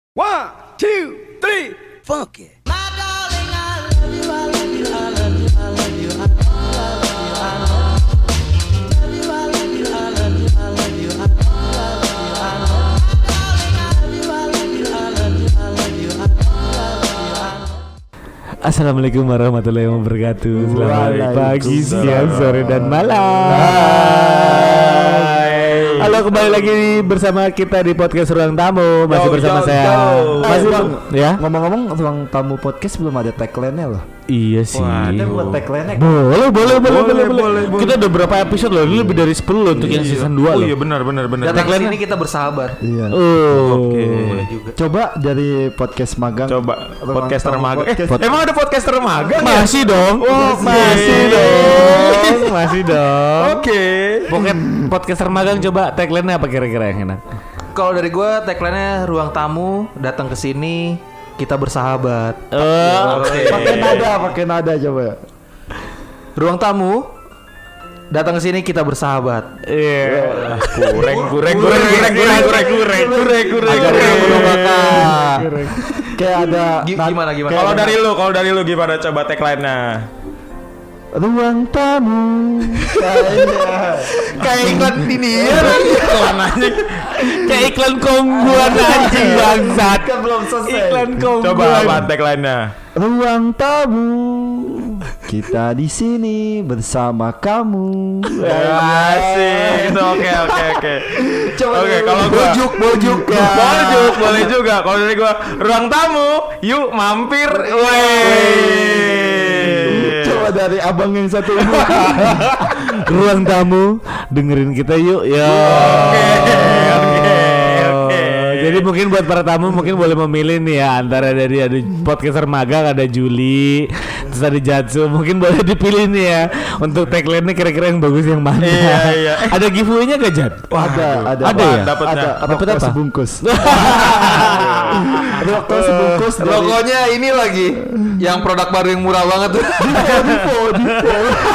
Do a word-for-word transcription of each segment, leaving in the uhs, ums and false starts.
One, two, three, funk it. My darling, I love you, I love you, I love you, I love you, I love you, I love you, I love you, I love you, I love you, I love you, I love. Assalamualaikum warahmatullahi wabarakatuh. Selamat pagi, siang, sore, dan malam. Halo, kembali lagi bersama kita di podcast Ruang Tamu. Masih Yo, bersama yo, saya. yo. Masih Eh, Bang, ya? Ngomong-ngomong Ruang Tamu podcast belum ada tagline-nya loh. Iya sih. Kita buat tagline-nya. Boleh, boleh, boleh, boleh, Boleh, boleh. boleh, Kita udah berapa episode loh? Ini lebih dari sepuluh loh untuk yang season dua Oh loh. iya benar benar benar. Datang ke sini kita bersahabat. Iya. Oh. Oke. Coba dari podcast magang. Coba Ruang podcaster Tamu magang. Eh, podcast. emang ada podcaster magang? ya? Masih dong. Oh, masih oke. dong. Masih dong. Oke. Pokoknya podcaster magang coba tagline-nya apa kira-kira yang enak? Kalau dari gue tagline-nya ruang tamu, datang ke sini kita bersahabat. Oh, oke. Pakai nada, pakai nada coba. Ruang tamu, datang ke sini kita bersahabat. Iya. Kurang kurang kurang kurang kurang kurang kurang kurang kurang Agak kurang. belum kakak. Kayak ada Gi- na- Gimana gimana? Kalau dari lu, kalau dari lu gimana coba tagline-nya? ruang tamu. Kayaknya. Kayak iklan ini ya. Iklan anjing. Kayak iklan kongguan anjing bangsat. Kan belum selesai. Iklan kongguan. Coba apa tagline-nya? Ruang tamu. Kita di sini bersama kamu. Asik. Itu oke oke oke. Coba Oke, dulu. kalau gua Bojuk, bojuk ya. Bojuk boleh juga. Kalau dari gua ruang tamu, yuk mampir. Weh. Coba dari abang yang satu ini. Ruang tamu, dengerin kita yuk ya. Oke, oke, oke. Jadi mungkin buat para tamu mungkin boleh memilih nih ya antara dari ada podcaster magang, ada Juli, terus ada Jatsu. Mungkin boleh dipilih nih ya untuk tagline-nya kira-kira yang bagus yang mana. Iya, iya. Ada giveaway-nya gak, Jat? Ada, ada, Ada ya? Dapatnya. Ada, Dapat rokok apa? sebungkus. Rokok sebungkus dari Logonya ini lagi, yang produk baru yang murah banget tuh. Dipo, Dipo.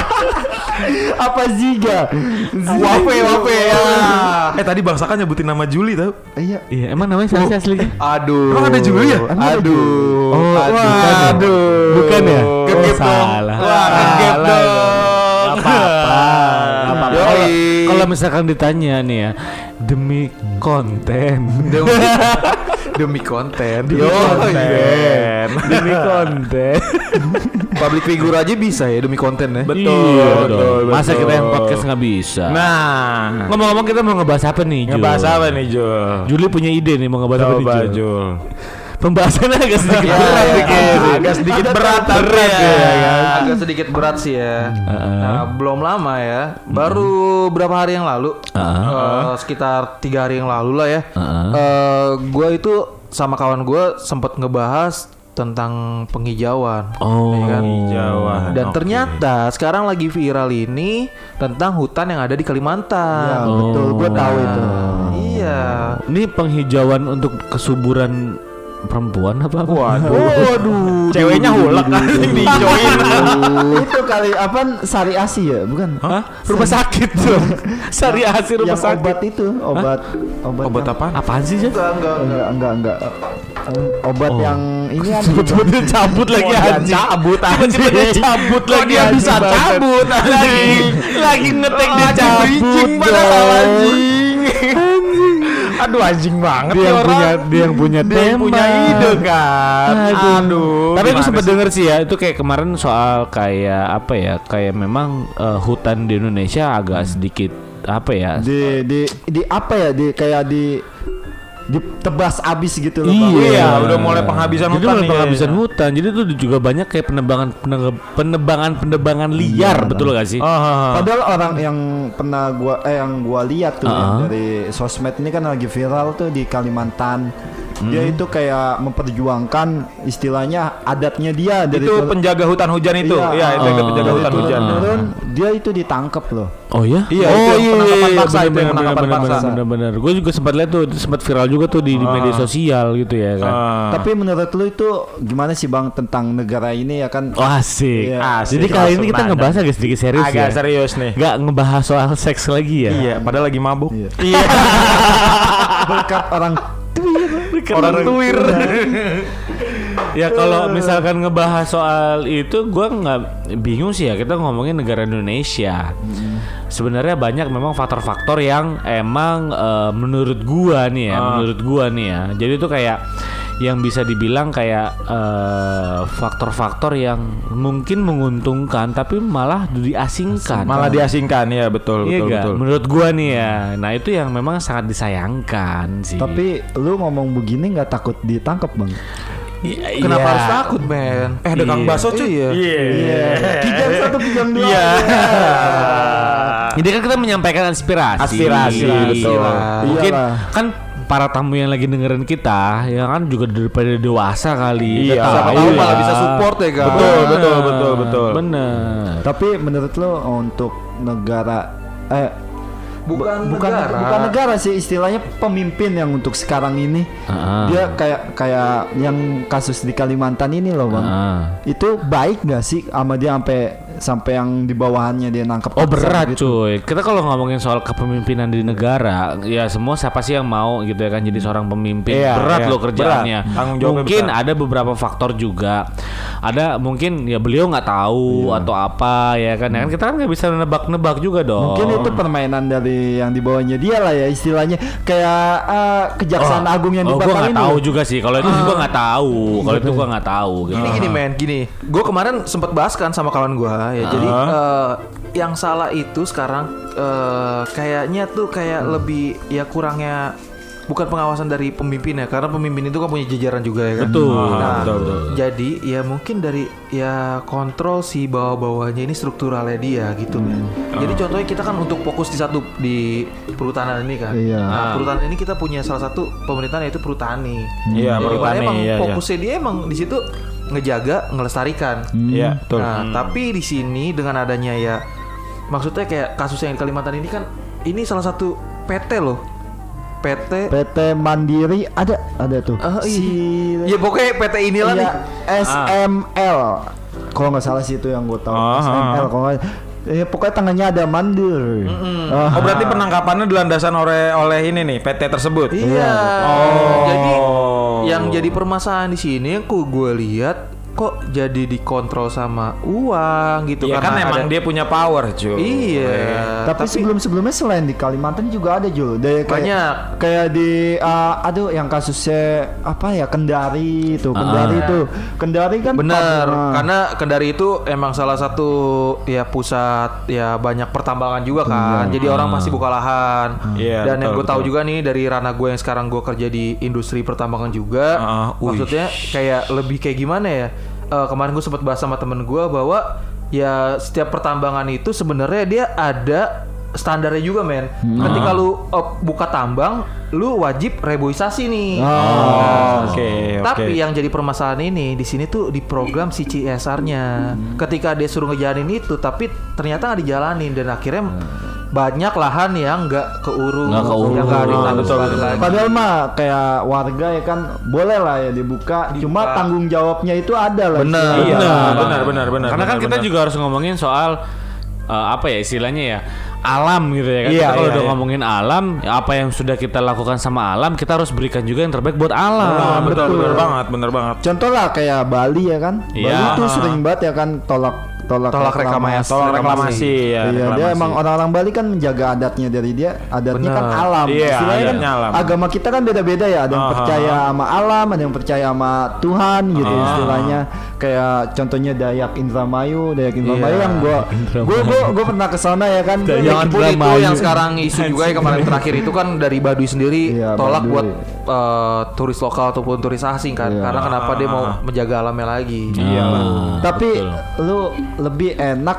Apa Ziga? Wafe, wafe ya. Eh tadi Bang Saka nyebutin nama Juli tau? Iya. Iya, emang namanya siapa sih aslinya? Aduh. Emang ada Juli ya? Aduh. Oh, Aduh. bukan ya? Bukan ya? Gap Oh, gap dong. salah. Wah, gap Salah dong. Gak apa-apa. Gak apa-apa. Yoi. Kalau- Kalau misalkan ditanya nih ya, demi konten. Demi, demi konten. Demi konten. Demi konten. Public figure aja bisa ya demi konten ya. Betul, Iya betul, dong. betul. Masa kita yang podcast nggak bisa? Nah, Ngomong-ngomong kita mau ngebahas apa nih, Jul? ngebahas apa nih Jul? Juli punya ide nih mau ngebahas apa nih, Coba Jul? Jul. Pembahasannya agak sedikit Ya, berat ya, nih kayaknya. Agak sedikit berat berat tapi ya, kan? Agak sedikit berat sih ya. Heeh. Nah, belum lama ya. Baru berapa hari yang lalu? Heeh. Eh, sekitar tiga hari yang lalu lah ya. Heeh. Eh, gue itu sama kawan gue sempat ngebahas tentang penghijauan. Oh, ya kan? Penghijauan. Dan Oke. ternyata sekarang lagi viral ini tentang hutan yang ada di Ya, Kalimantan. betul. Gue tahu itu. Iya. Ini penghijauan untuk kesuburan perempuan apa? Waduh. Waduh. Ceweknya hulek kan dijoin. Itu kali apa Sari Asi ya, bukan? Hah? Rumah sakit tuh. Sari Asi rumah Yang sakit. obat itu, obat obat Obat yang- apaan? Apaan sih, Jat? Enggak, enggak, enggak. Enggak, enggak, enggak. Obat Oh. yang ini kan Sebetulnya cabut lagi Oh, dia anjing. cabut anjing. Dia cabut Kok lagi dia anjing, bisa bangsat. cabut anjing? Lagi ngetek dia Lagi cabut. bridging padahal dong. anjing. Aduh anjing banget Dia ya yang orang. punya dia yang punya Dia yang tema. punya ide kan. Aduh. Aduh. Tapi aku gimana sempat sih? denger sih ya, itu kayak kemarin soal kayak apa ya? Kayak memang eh, hutan di Indonesia agak sedikit apa ya? di di di apa ya? Di kayak di ditebas abis gitu loh. Bang. Iya, udah mulai penghabisan Jadi hutan mulai nih penghabisan kayaknya. hutan. Jadi itu juga banyak kayak penebangan penebangan penebangan liar, Iya, betul gak sih? Ah, Padahal orang yang pernah gua eh yang gua lihat tuh Uh-uh. yang dari sosmed ini kan lagi viral tuh di Kalimantan. Dia itu kayak memperjuangkan istilahnya adatnya dia dari itu tur- penjaga hutan hujan itu. Iya. Iya, itu Oh. penjaga dari hutan turun- hujan. turun, dia itu ditangkap loh. Oh ya? Iya, oh, itu yang penangkapan paksa, bener, itu yang bener, penangkapan bener, paksa. bener, bener, bener. Gue juga sempat lihat tuh, sempat viral juga tuh di, di media sosial gitu ya kan. Ah. Tapi menurut lu itu gimana sih Bang tentang negara ini ya kan? Oh, asik. Iya. Asik, Jadi kali ini langsung kita nanya. ngebahas agak sedikit serius Agak ya. serius nih. Gak ngebahas soal seks lagi ya. Iya, padahal lagi mabuk. Iya. Iya. Berkat orang Orang tuir. Ya kalau misalkan ngebahas soal itu, gua nggak bingung sih ya, kita ngomongin negara Indonesia. Sebenarnya banyak memang faktor-faktor yang emang uh, menurut gua nih ya, Ah. menurut gua nih ya. Jadi itu kayak yang bisa dibilang kayak uh, faktor-faktor yang mungkin menguntungkan tapi malah diasingkan. Malah diasingkan ya, betul Iya betul gak? betul. Menurut gua nih ya. Nah itu yang memang sangat disayangkan sih. Tapi lu ngomong begini nggak takut ditangkap bang? I- Kenapa iya. harus takut, men? Eh ada Kang Iya. Baso cuy. Iya. Iya. Kijang satu kijang dua. Iya. Jadi kan kita menyampaikan aspirasi. Aspirasi, betul. Mungkin Iyalah. kan para tamu yang lagi dengerin kita, ya kan juga daripada dewasa kali. Iya. Kita Siapa tahu tahu ya. malah bisa support ya kan. Betul betul betul betul. Bener. Tapi menurut lo untuk negara eh Bukan, bukan negara. bukan negara sih, istilahnya pemimpin yang untuk sekarang ini Ah. dia kayak kayak yang kasus di Kalimantan ini loh bang. Ah. Itu baik gak sih sama dia sampai sampai yang di bawahannya dia nangkep Oh paksa berat gitu? cuy. Kita kalau ngomongin soal kepemimpinan di negara, ya semua siapa sih yang mau gitu ya kan jadi seorang pemimpin. Iya, berat iya. loh kerjaannya. Berat. Tanggung jawabnya Mungkin besar. ada beberapa faktor juga. Ada mungkin ya beliau nggak tahu Iya. atau apa ya kan. Ya kan kita kan nggak bisa nebak-nebak juga dong. Mungkin itu permainan dari yang di bawahnya dia lah ya, istilahnya kayak eh, kejaksaan agung yang Oh, gue dibatalin. nggak tahu loh. juga sih. Kalau itu gue nggak tahu. Kalau itu gue nggak tahu. Gitu. Gini gini men, gini. Gue kemarin sempat bahas kan sama kawan gue ya. Jadi eh, yang salah itu sekarang eh, kayaknya tuh kayak lebih ya kurangnya bukan pengawasan dari pemimpinnya, karena pemimpin itu kan punya jajaran juga ya kan. Betul. Nah, betul, betul. jadi ya mungkin dari ya kontrol si bawah-bawahnya ini strukturalnya dia gitu men. Jadi contohnya kita kan untuk fokus di satu di perhutanan ini kan. Iya. Nah, perhutanan ini kita punya salah satu pemerintahan yaitu perhutani. Iya, Jadi perhutani, emang iya, iya. fokusnya dia emang di situ ngejaga, ngelestarikan. Iya, betul. Nah, tapi di sini dengan adanya ya, maksudnya kayak kasus yang di Kalimantan ini kan, ini salah satu P T loh, P T. P T Mandiri ada ada tuh. Eh, si Ya pokoknya P T inilah iya, nih. S M L. Kalau nggak salah sih itu yang gue tahu. Ah, S M L kalau nggak eh, pokoknya tangannya ada mandir. Ah. Oh berarti penangkapannya dilandasan oleh oleh ini nih P T tersebut. Iya. Oh. Jadi yang jadi permasalahan di sini yang gue lihat kok jadi dikontrol sama uang gitu Iya kan karena emang ada- dia punya power cuy. Iya. Tapi, sebelum-sebelumnya selain di Kalimantan juga ada Jul. Dari kayak, Banyak. kayak di uh, aduh yang kasusnya apa ya Kendari itu. Kendari itu. Kendari kan Bener, pub- ah. karena Kendari itu emang salah satu ya pusat ya banyak pertambangan juga kan. Jadi orang pasti buka lahan. Iya, Dan yang betul, gue tahu betul. juga nih dari ranah gue yang sekarang gue kerja di industri pertambangan juga. Ah, wih. Maksudnya kayak lebih kayak gimana ya? Eh, kemarin gue sempat bahas sama temen gue bahwa ya setiap pertambangan itu sebenarnya dia ada standarnya juga men. Ketika lu eh, buka tambang, lu wajib reboisasi nih. Oh, oke, oke. Tapi yang jadi permasalahan ini di sini tuh di program si C S R-nya. Ketika dia suruh ngejalanin itu, tapi ternyata nggak dijalanin dan akhirnya banyak lahan yang nggak keurus, Nggak keurus. yang nggak ada Betul, betul, betul. lagi. Padahal mah kayak warga ya kan boleh lah ya dibuka, cuma tanggung jawabnya itu ada lah. Bener. istilahnya. Iya, Benar. benar benar benar. Karena kan benar, kita benar. juga harus ngomongin soal eh, apa ya istilahnya ya alam gitu ya kan. Iya, Kita kalau iya, udah iya. ngomongin alam, ya apa yang sudah kita lakukan sama alam, kita harus berikan juga yang terbaik buat alam. Ah, betul, betul. benar banget, benar banget. Contoh lah kayak Bali ya kan. Iya. Bali tuh sering banget ya kan tolak tolak, Tolak reklamasi. Tolak reklamasi ya. Iya, dia reklamasi. emang orang-orang Bali kan menjaga adatnya dari dia, adatnya Bener. kan alam. Iya, Istilahnya kan adatnya alam. agama kita kan beda-beda ya, ada yang Ah, percaya sama alam, ada yang percaya sama Tuhan gitu Ah. istilahnya. Kayak contohnya Dayak Indramayu, Dayak Indramayu Iya. yang gua gua gua, gua pernah ke sana ya kan. Gua- Jangan pun itu Indramayu. yang sekarang isu juga ya kemarin terakhir itu kan dari Baduy sendiri Iya, tolak Baduy. buat eh, turis lokal ataupun turis asing kan. Iya. Karena kenapa dia mau menjaga alamnya lagi. Iya. Tapi lu lebih enak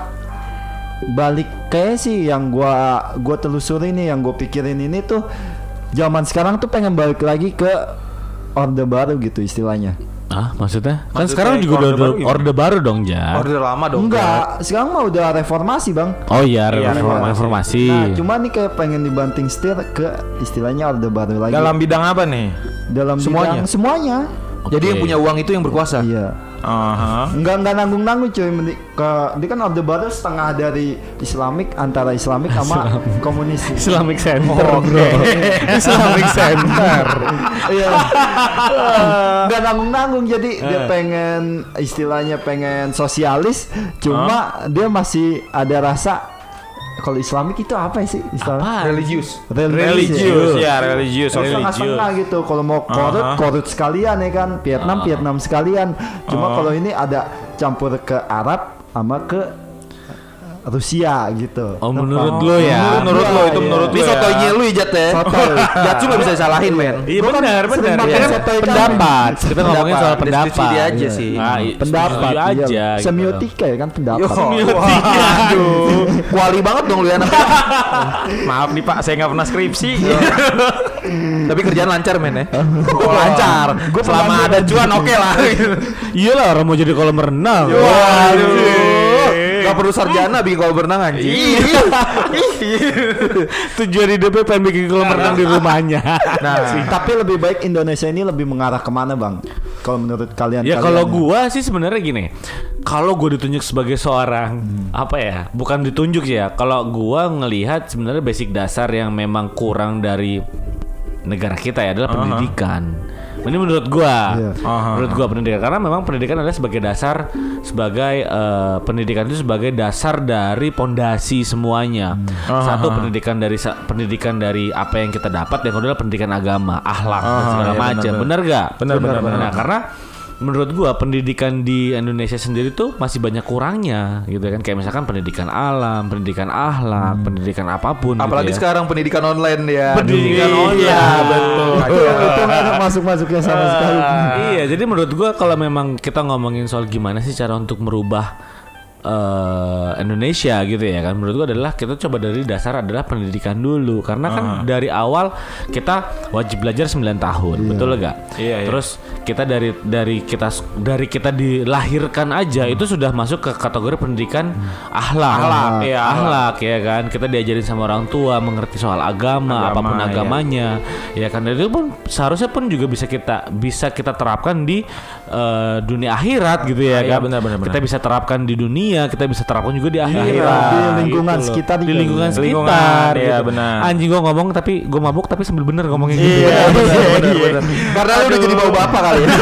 balik kayak sih yang gua gua telusuri nih, yang gua pikirin ini tuh zaman sekarang tuh pengen balik lagi ke orde baru gitu istilahnya. Ah, maksudnya? Kan Maksudnya sekarang juga udah orde baru orde, gimana? orde baru dong, Jar. Order lama dong. Enggak, sekarang mah udah reformasi bang. Oh iya, Iya, reformasi. reformasi. reformasi. Nah, cuma nih kayak pengen dibanting setir ke istilahnya orde baru lagi. Dalam bidang apa nih? Dalam Semuanya? bidang semuanya. Jadi yang Oke. punya uang itu yang berkuasa. Iya. Aha. Enggak enggak nanggung-nanggung cuy. Mendi- ke dia kan Orde Baru setengah dari Islamik, antara Islamik sama komunis. Islamic Center, bro. Islamic Center. Iya. Enggak nanggung-nanggung, jadi dia pengen istilahnya pengen sosialis, cuma dia masih ada rasa kalau Islamik itu apa sih istilahnya? Religius. Religius ya, religius. Setengah-setengah gitu. Kalau mau korut, Aha. korut sekalian ya kan. Vietnam, Vietnam sekalian. Cuma kalau ini ada campur ke Arab sama ke Rusia gitu. Oh, menurut lo ya. Menurut lo itu Iya. menurut Ini lo ya. sotoynya lu Ijat ya. Sotoy. Jatsu gak bisa disalahin men. Iya Gua kan benar, sering benar. makan Iya. sotoy kan. Pendapat. Kita ngomongin soal Pendapat. pendapat. Diskusi dia aja sih. Ah, i- Pendapat setuju iya. aja. gitu. Semiotika ya kan pendapat. Semiotika. Aduh. Kuali banget dong lu anak. Maaf nih Pak, saya nggak pernah skripsi. Tapi kerjaan lancar men ya. Oh, lancar. Selama ada cuan oke lah. Iyalah orang mau jadi kolam renang. Waduh. Gak perlu sarjana bikin kolam berenang anjing. Tujuan hidupnya pengen bikin kolam renang di rumahnya. Nah, tapi lebih baik Indonesia ini lebih mengarah kemana, Bang? Kalau menurut kalian? Ya kalian kalau gua sih sebenarnya gini. Kalau gue ditunjuk sebagai seorang apa ya? Bukan ditunjuk sih ya. Kalau gua ngelihat sebenarnya basic dasar yang memang kurang dari negara kita ya adalah pendidikan. Ini menurut gua, Iya. menurut gua pendidikan karena memang pendidikan adalah sebagai dasar, sebagai eh, pendidikan itu sebagai dasar dari pondasi semuanya. Satu pendidikan dari sa- pendidikan dari apa yang kita dapat, yang kedua adalah pendidikan agama, akhlak dan segala iya, macam. Benar gak? Benar, benar, benar. Nah, karena menurut gua pendidikan di Indonesia sendiri tuh masih banyak kurangnya gitu kan, kayak misalkan pendidikan alam, pendidikan akhlak, pendidikan apapun Apalagi gitu ya. sekarang pendidikan online ya. Pendidikan Iya, online. betul. itu nggak ada masuk-masuknya sama sekali. Iya, jadi menurut gua kalau memang kita ngomongin soal gimana sih cara untuk merubah eh, Indonesia gitu ya kan, menurut gua adalah kita coba dari dasar adalah pendidikan dulu, karena kan dari awal kita wajib belajar sembilan tahun, betul gak? Iya, iya. Terus kita dari dari kita dari kita dilahirkan aja itu sudah masuk ke kategori pendidikan akhlak, Akhlak, iya, akhlak ya kan, kita diajarin sama orang tua mengerti soal agama, Agama, apapun iya. agamanya, ya kan, dan itu pun seharusnya pun juga bisa kita bisa kita terapkan di eh, dunia akhirat gitu ya Ah, iya, kan, benar, benar, kita benar. bisa terapkan di dunia, kita bisa terapkan juga di akhirat, Di lingkungan gitu loh. sekitar di juga. lingkungan sekitar, Lingkungan, iya, gitu. benar. Anjing gua ngomong tapi gua mabuk tapi sambil bener ngomongnya gitu. Iya, benar, benar, benar. Karena lu udah jadi bau bapak kali ya.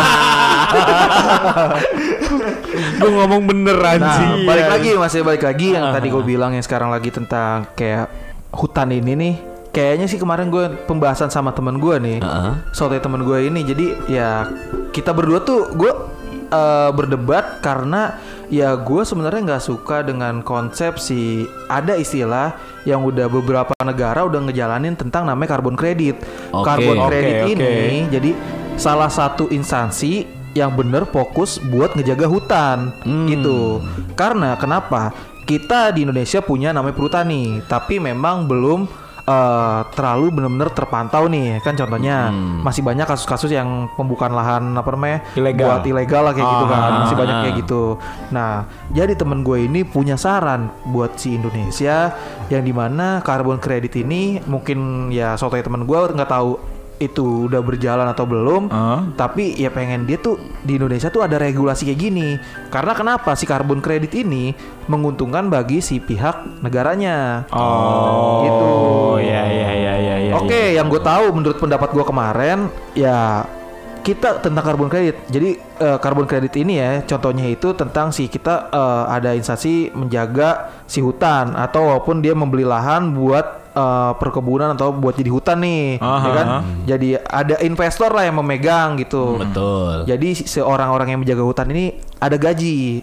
Gua ngomong bener Nah, anjing. balik lagi masih balik lagi yang tadi gue bilang yang sekarang lagi tentang kayak hutan ini nih. Kayaknya sih kemarin gue pembahasan sama temen gue nih, Heeh. soalnya temen gue ini. Jadi ya kita berdua tuh gue eh, berdebat karena ya gue sebenarnya nggak suka dengan konsep si ada istilah yang udah beberapa negara udah ngejalanin tentang namanya carbon credit. Oke, Carbon oke, credit oke. ini jadi salah satu instansi yang bener fokus buat ngejaga hutan gitu. Karena kenapa? Kita di Indonesia punya namanya perhutani, tapi memang belum eh, terlalu benar-benar terpantau nih. Kan contohnya masih banyak kasus-kasus yang pembukaan lahan apa namanya Ilegal. buat ilegal lah kayak gitu kan. Ah. Masih banyak kayak gitu. Nah, jadi temen gue ini punya saran buat si Indonesia yang dimana carbon credit ini mungkin ya soalnya temen gue nggak tahu itu udah berjalan atau belum, Ah. tapi ya pengen dia tuh di Indonesia tuh ada regulasi kayak gini. Karena kenapa si carbon credit ini menguntungkan bagi si pihak negaranya. Oh, Gitu. ya ya ya ya ya. Oke, yang gue tahu menurut pendapat gue kemarin ya kita tentang carbon credit. Jadi eh, carbon credit ini ya contohnya itu tentang si kita eh, ada instansi menjaga si hutan atau walaupun dia membeli lahan buat eh, perkebunan atau buat jadi hutan nih, Aha, ya kan? aha. Jadi ada investor lah yang memegang gitu. Betul. Jadi seorang orang yang menjaga hutan ini ada gaji.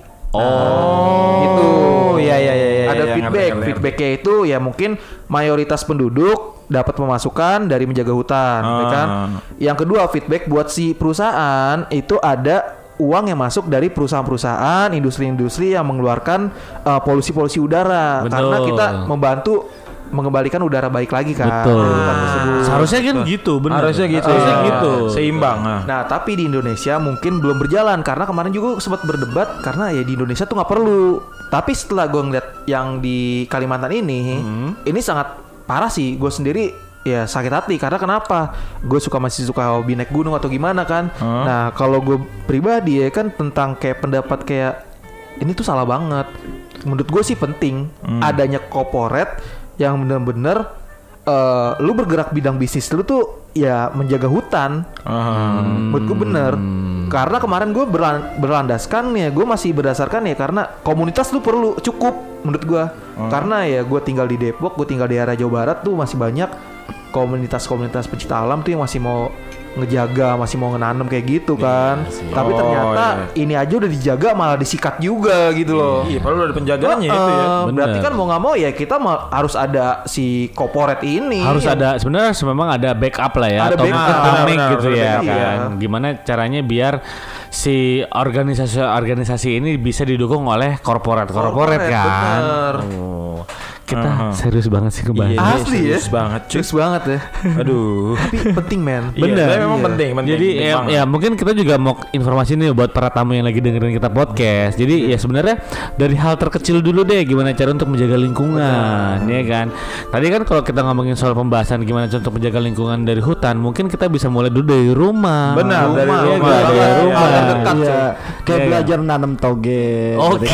Oh, Gitu. ya ya ya ya. Ada ya, feedback. ngerti, ngerti. Feedbacknya itu ya mungkin mayoritas penduduk dapat pemasukan dari menjaga hutan, ya kan? Ah. Yang kedua feedback buat si perusahaan itu ada uang yang masuk dari perusahaan-perusahaan, industri-industri yang mengeluarkan uh, polusi-polusi udara. Betul. Karena kita membantu mengembalikan udara baik lagi kan. betul. di hutan tersebut. Seharusnya kan gitu, benar. Harusnya gitu. Harusnya Ah, gitu. Seimbang. ah. Nah, tapi di Indonesia mungkin belum berjalan karena kemarin juga sempat berdebat karena ya di Indonesia tuh nggak perlu. Tapi setelah gue ngeliat yang di Kalimantan ini, ini sangat parah sih. Gue sendiri ya sakit hati karena kenapa? Gue suka masih suka hobi naik gunung atau gimana kan. Huh? Nah, kalau gue pribadi ya kan tentang kayak pendapat kayak ini tuh salah banget. Menurut gue sih penting hmm. adanya corporate yang bener-bener uh, lu bergerak bidang bisnis lu tuh ya menjaga hutan. Hmm. Menurut gue bener. Karena kemarin gue berlan- berlandaskan ya, gue masih berdasarkan ya karena komunitas lu perlu cukup menurut gue. Hmm. Karena ya gue tinggal di Depok, gue tinggal di area Jawa Barat tuh masih banyak komunitas-komunitas pecinta alam tuh yang masih mau ngejaga, masih mau ngenanem kayak gitu kan. Iya, tapi oh, ternyata iya. ini aja udah dijaga malah disikat juga gitu loh. Iya, padahal ada penjagaannya Uh, itu ya. berarti Bener. kan mau nggak mau ya kita ma- harus ada si corporate ini. Harus yang- ada sebenarnya memang ada backup lah ya Ada atau backup. tameng Benar, gitu benar, ya backup, kan. iya. Gimana caranya biar si organisasi-organisasi ini bisa didukung oleh korporat-korporat Corporate, kan. bener. Oh. Kita Uh-huh. serius banget sih ngebahas. Iya, ini. Asli ya. serius banget, cuy. Serius banget ya. Aduh. Tapi penting men. Iya, Bener. tapi memang Iya. penting, penting. Jadi penting ya, banget. ya mungkin kita juga mau informasi nih buat para tamu yang lagi dengerin kita podcast. Jadi ya sebenarnya dari hal terkecil dulu deh gimana cara untuk menjaga lingkungan, ya kan. Tadi kan kalau kita ngomongin soal pembahasan gimana cara untuk menjaga lingkungan dari hutan, mungkin kita bisa mulai dulu dari rumah. Benar, dari Iya rumah. kan? Dari Iya, rumah. iya, dekat, Iya, coy. kayak Iya, belajar nanam toge. Oke.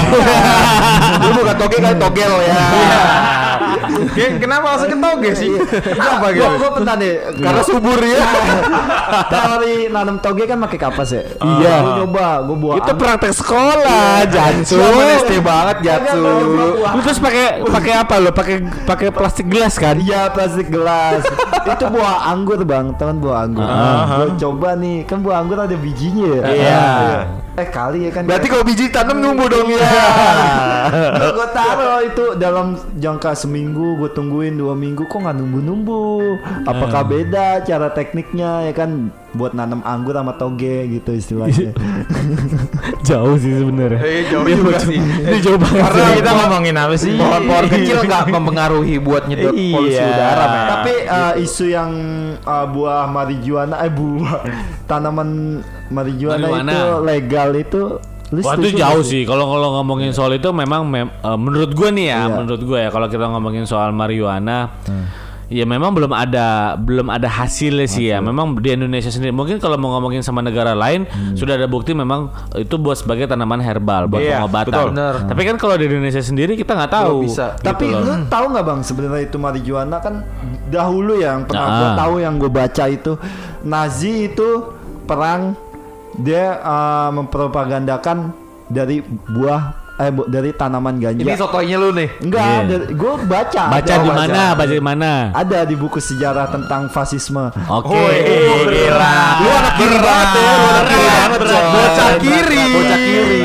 Lu bukan toge kan togel ya. Kayak kenapa langsung ke toge sih? Kenapa gitu? Gue gue pernah deh Karena subur ya. teori nanam toge kan pakai kapas ya. Iya. Gue nyoba, gue buah. Itu praktek sekolah, Jansu. Zaman S D banget Jatsu. Lu terus pakai pakai apa lo? Pakai pakai plastik gelas kan? Iya, plastik gelas. Itu buah anggur bang, teman buah anggur. Gue coba nih, kan buah anggur ada bijinya ya. Iya. Eh kali ya kan. Berarti kalau biji tanam numbuh dong ya. gue taruh itu dalam jangka seminggu, gue tungguin dua minggu kok nggak numbuh-numbuh. Apakah beda cara tekniknya ya kan buat nanam anggur sama toge gitu istilahnya. Jauh sih sebenarnya. Eh, jauh juga sih. Ini jauh banget. Karena kita ngomongin apa sih? Pohon-pohon kecil nggak mempengaruhi buat nyedot polusi Iya. udara men. Tapi uh, isu yang uh, buah marijuana, eh buah tanaman marijuana, Marijuana. itu legal itu, lu Wah setuju itu jauh nggak sih. Kalau kalau ngomongin soal itu memang mem- eh, menurut gue nih ya, Iya. menurut gue ya kalau kita ngomongin soal marijuana, ya memang belum ada belum ada hasilnya sih ya. Memang di Indonesia sendiri. Mungkin kalau mau ngomongin sama negara lain sudah ada bukti memang itu buat sebagai tanaman herbal buat Iya, pengobatan. betul. Bener. Tapi kan kalau di Indonesia sendiri kita nggak tahu. Belum bisa. Tapi Gitu loh. lu tahu nggak bang sebenarnya itu marijuana kan dahulu ya, yang pernah Nah. gue tahu yang gue baca itu Nazi itu perang, dia uh, mempropagandakan dari buah eh bu- dari tanaman ganja. Ini sotoynya lu nih. Enggak, Iya. gue baca. Baca ada- di mana? Baca di mana? Ada di buku sejarah tentang fasisme. Oke. Wih, gila. Lu anak kiri banget ya, lu anak kiri banget coy. Bocah kiri. Bocah kiri.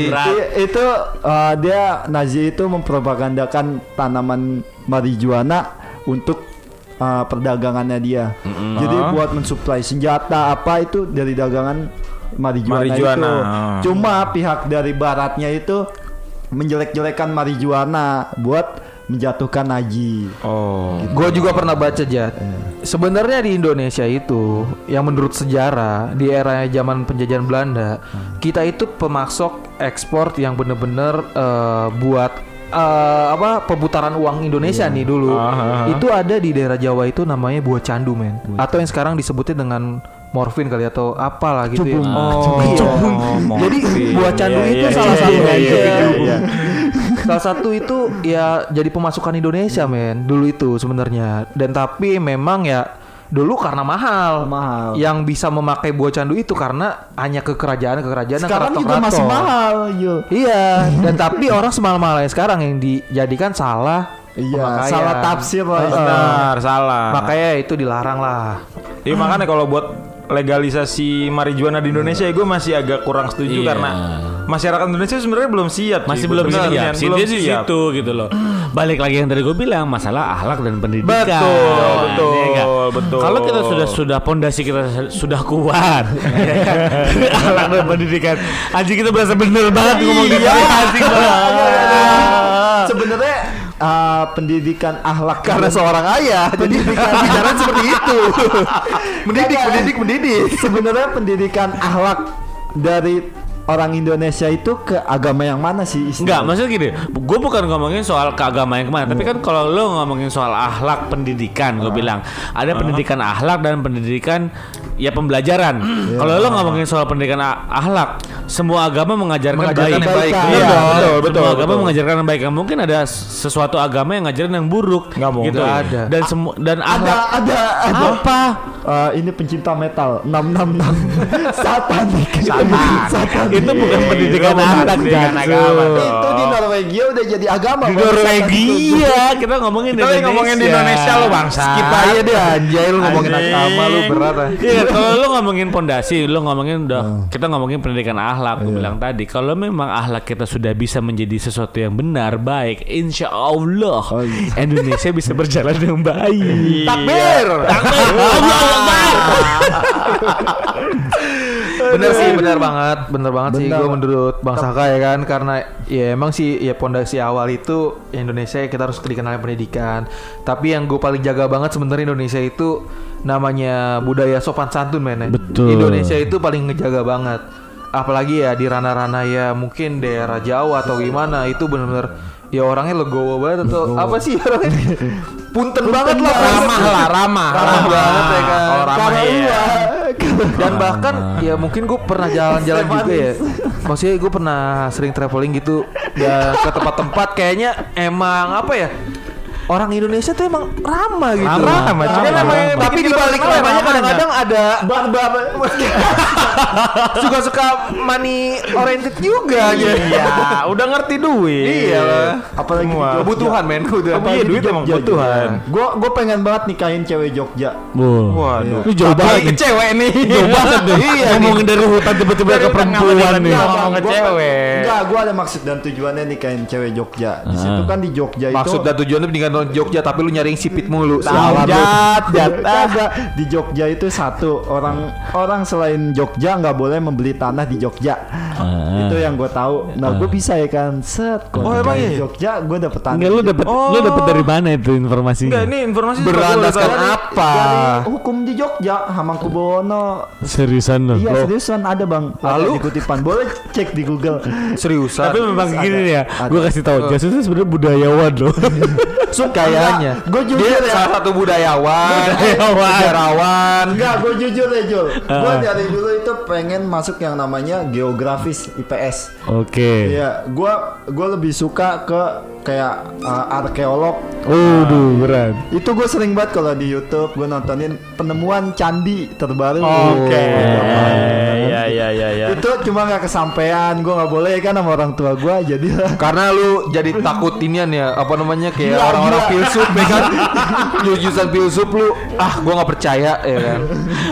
I- itu uh, dia Nazi itu mempropagandakan tanaman marijuana untuk uh, perdagangannya dia. Jadi buat mensuplai senjata apa itu dari dagangan marijuana, Marijuana. itu. Cuma pihak dari baratnya itu menjelek-jelekan marijuana buat menjatuhkan Nazi. Oh. Gue juga pernah baca Jat. Sebenarnya di Indonesia itu, yang menurut sejarah di era zaman penjajahan Belanda, kita itu pemasok ekspor yang bener-bener eh, buat eh, apa pemutaran uang Indonesia nih dulu. Ah, ah, ah. Itu ada di daerah Jawa itu namanya buah candu men, atau yang sekarang disebutnya dengan morfin kali atau apalah gitu ya. Oh, Iya. oh, Jadi morfin. buah candu Iya, itu iya, salah iya, satu iya, iya, iya, iya. Salah satu itu ya jadi pemasukan Indonesia men dulu itu sebenarnya. Dan tapi memang ya dulu karena mahal. Mahal. Yang bisa memakai buah candu itu karena hanya ke kerajaan-kerajaan dan Sekarang juga keraton-keraton. masih mahal, yo. Iya, dan tapi orang semalam-malamnya sekarang yang dijadikan salah Iya, pemakaian. salah tafsir lah. Heeh. Benar, salah. Makanya itu dilarang lah. Iya makanya kalau buat legalisasi marijuana di Indonesia ya gue masih agak kurang setuju Iya. karena masyarakat Indonesia sebenarnya belum siap. Masih sih, belum buat siap. beginian. Sih Belum dia di siap. situ gitu loh. Balik lagi yang tadi gue bilang masalah akhlak dan pendidikan. Betul, Nah, betul, iya nggak? betul. Kalau kita sudah sudah pondasi kita sudah kuat, ya kan? Akhlak dan pendidikan. Anjing kita berasa bener banget ngomong di Iya. anjing banget. Sebenarnya uh, pendidikan akhlak Karena seorang ayah, jadi bicara seperti itu. mendidik, Kagak. mendidik, mendidik. sebenarnya pendidikan akhlak dari orang Indonesia itu ke agama yang mana sih? Enggak, istilahnya? maksudnya gini, gue bukan ngomongin soal keagamaan yang kemana, tapi kan kalau lo ngomongin soal akhlak pendidikan, gue bilang ada pendidikan akhlak dan pendidikan ya pembelajaran. Kalau lo ngomongin soal pendidikan a- akhlak, semua agama mengajarkan, Mengajarkan baik. yang baik. Iya, Iya, betul, betul, betul, Semua agama betul. mengajarkan yang baik. Mungkin ada sesuatu agama yang ngajarin yang buruk. Nggak mungkin. Gitu. Nggak ada. Dan semua dan Ada akhlak ada ada apa? Eh, ini pencinta metal enam enam enam satanik. Satanik. Itu bukan pendidikan bukan akhlak, pendidikan Jansu. agama dong. Itu di Norwegia udah jadi agama. Di Bang. Norwegia, kita ngomongin Kita lagi ngomongin di Indonesia lo bangsa. Skip aja deh anjay lu ngomongin Anjing. agama lu berat ah. Iya, kalau lu ngomongin pondasi, lu ngomongin udah kita ngomongin pendidikan akhlak. Gue bilang tadi, kalau memang akhlak kita sudah bisa menjadi sesuatu yang benar, baik, insya Allah Oh, iya. Indonesia bisa berjalan dengan baik. Takbir. Takbir. Allahu Akbar. Bener sih, bener banget, bener banget sih Bener. gue menurut Bang Saka ya kan, karena ya emang sih ya pondasi awal itu Indonesia kita harus dikenal pendidikan. Tapi yang gue paling jaga banget sebenarnya Indonesia itu namanya budaya sopan santun men. ya. Betul. Indonesia itu paling ngejaga banget. Apalagi ya di ranah-ranah ya mungkin daerah Jawa atau gimana itu bener-bener ya orangnya legowo banget atau apa sih orangnya punten banget lah, Ramah lah, ramah. ramah banget ya kan. Kalau ramah Karena iya. iya. Dan bahkan ya mungkin gue pernah jalan-jalan juga ya. Maksudnya gue pernah sering traveling gitu ya ke tempat-tempat kayaknya emang apa ya? Orang Indonesia tuh emang ramah gitu. Ramah, Ramah. ramah, Cuman emang ramah. tapi di balik ramahnya kadang-kadang ada suka-suka money oriented juga gitu. Iya, udah ngerti duit. Iya lah. Apalagi Semua. di Jogja. Kebutuhan men, kebutuhan. Apalagi Iya, di duit emang Jogja kebutuhan. juga. Gua gua pengen banget nikahin cewek Jogja. Waduh. Lu Waduh. jauh Tapi banget nih. cewek nih. Jauh banget deh. Ngomongin dari hutan tiba-tiba ke perempuan nih. Enggak, ngomong ke Gua- cewek. Enggak, gua ada maksud dan tujuannya nikahin cewek Jogja. Di situ kan di Jogja itu Maksud dan tujuannya pendidikan Jogja tapi lu nyari yang sipit mulu. Salah, Lu. Jat, Jat. Kagak. Di Jogja itu satu orang orang selain Jogja nggak boleh membeli tanah di Jogja. Ah. Itu yang gue tahu. Nah, gue bisa ya kan set. Oh, emang di iya? Jogja gue dapet tanah. Enggak, lu dapet lu dapet dari mana itu informasinya? Enggak, ini informasi Berlandaskan juga gua apa? Dari hukum di Jogja, Hamangkubuwono. Seriusan lu? Iya seriusan ada bang. Ada Lalu? di kutipan. Boleh cek di Google. Seriusan. Tapi memang Ada, gini nih ya, ada. gue kasih tahu, Jasus itu sebenarnya budayawan loh. kayaknya. Gue jujur Dia ya. salah satu budayawan, Budayawan. sejarawan. Enggak, gue jujur ya Jul. Gue Ah. dari dulu itu pengen masuk yang namanya geografis I P S. Oke. Iya, gua gua lebih suka ke kayak uh, arkeolog. Waduh, berat. Itu gue sering banget kalau di YouTube gue nontonin penemuan candi terbaru. Oke. Gitu kan. Iya, iya, iya, iya. Itu cuma nggak kesampaian, gue nggak boleh kan sama orang tua gue, jadi Karena lu jadi takut inian ya, apa namanya kayak Gila, orang-orang gila. filsuf ya kan. Jurusan filsuf lu, ah gua nggak percaya ya kan.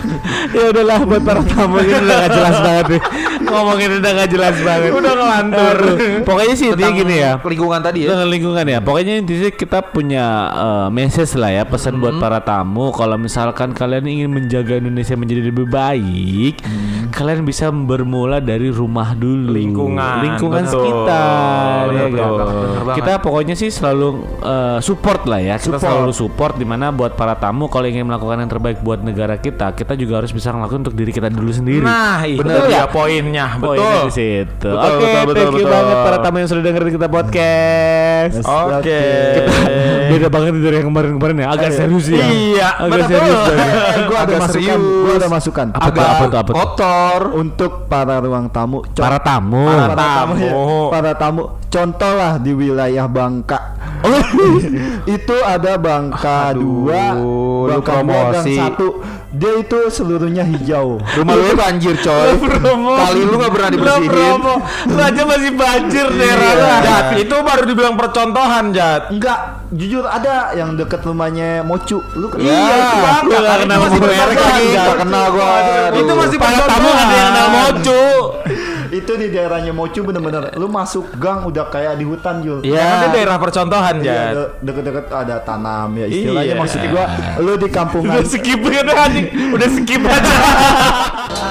Ya udahlah, buat para tamu ini udah gak jelas banget nih. Ngomongin udah gak jelas banget. Udah ngelantur. Aduh. Pokoknya sih intinya Tentang gini ya. lingkungan tadi ya. Dengan lingkungan ya. Pokoknya intinya kita punya uh, message lah ya, pesan buat para tamu. Kalau misalkan kalian ingin menjaga Indonesia menjadi lebih baik, kalian bisa bermula dari rumah dulu. Lingkungan, lingkungan betul. sekitar. Betul, Ya kan? betul. Bener banget. Kita pokoknya sih selalu uh, support lah ya. Kita Support. selalu support, dimana buat para tamu kalau ingin melakukan yang terbaik buat negara kita, kita juga harus bisa ngelakuin untuk diri kita dulu sendiri. Nah, itu Betul dia ya? poinnya. Poinnya Betul. di situ. Betul, Oke, betul, betul, thank you betul. banget para tamu yang sudah dengerin kita podcast. Oke. Beda banget dari yang kemarin-kemarin ya, agak serius ya. Iya, agak betul. serius banget. gue ada Agak masukan, serius. gue ada masukan. Apa tuh, apa tuh, apa tuh? Kotor. Untuk para ruang tamu, co- Para tamu. para tamu, ya. tamu. para tamu, contoh lah di wilayah Bangka. Itu ada Bangka Aduh, dua, lu Bangka dua dan promosi. satu. Dia itu seluruhnya hijau. Rumah lu banjir coy. Kali lu nggak pernah dibersihin. Lu aja masih banjir Daerah daerah. Jat, itu baru dibilang percontohan, Jat. Enggak, jujur ada yang deket rumahnya Mocu. Lu kenal? Iya, itu Bangka. Gua nggak Kan kenal itu masih sama merek percontohan, lagi, Jat. nggak kenal gua. Itu masih Para tamu percontohan. ada yang kenal Mocu. Itu di daerahnya Mocu bener-bener. Lu masuk gang udah kayak di hutan Jul. Iya. Karena itu daerah percontohan, Iya, Jat. de- deket-deket ada tanam ya istilahnya. Iya. Maksud gua, lu di kampungan Udah skip kan anjing. Udah skip aja.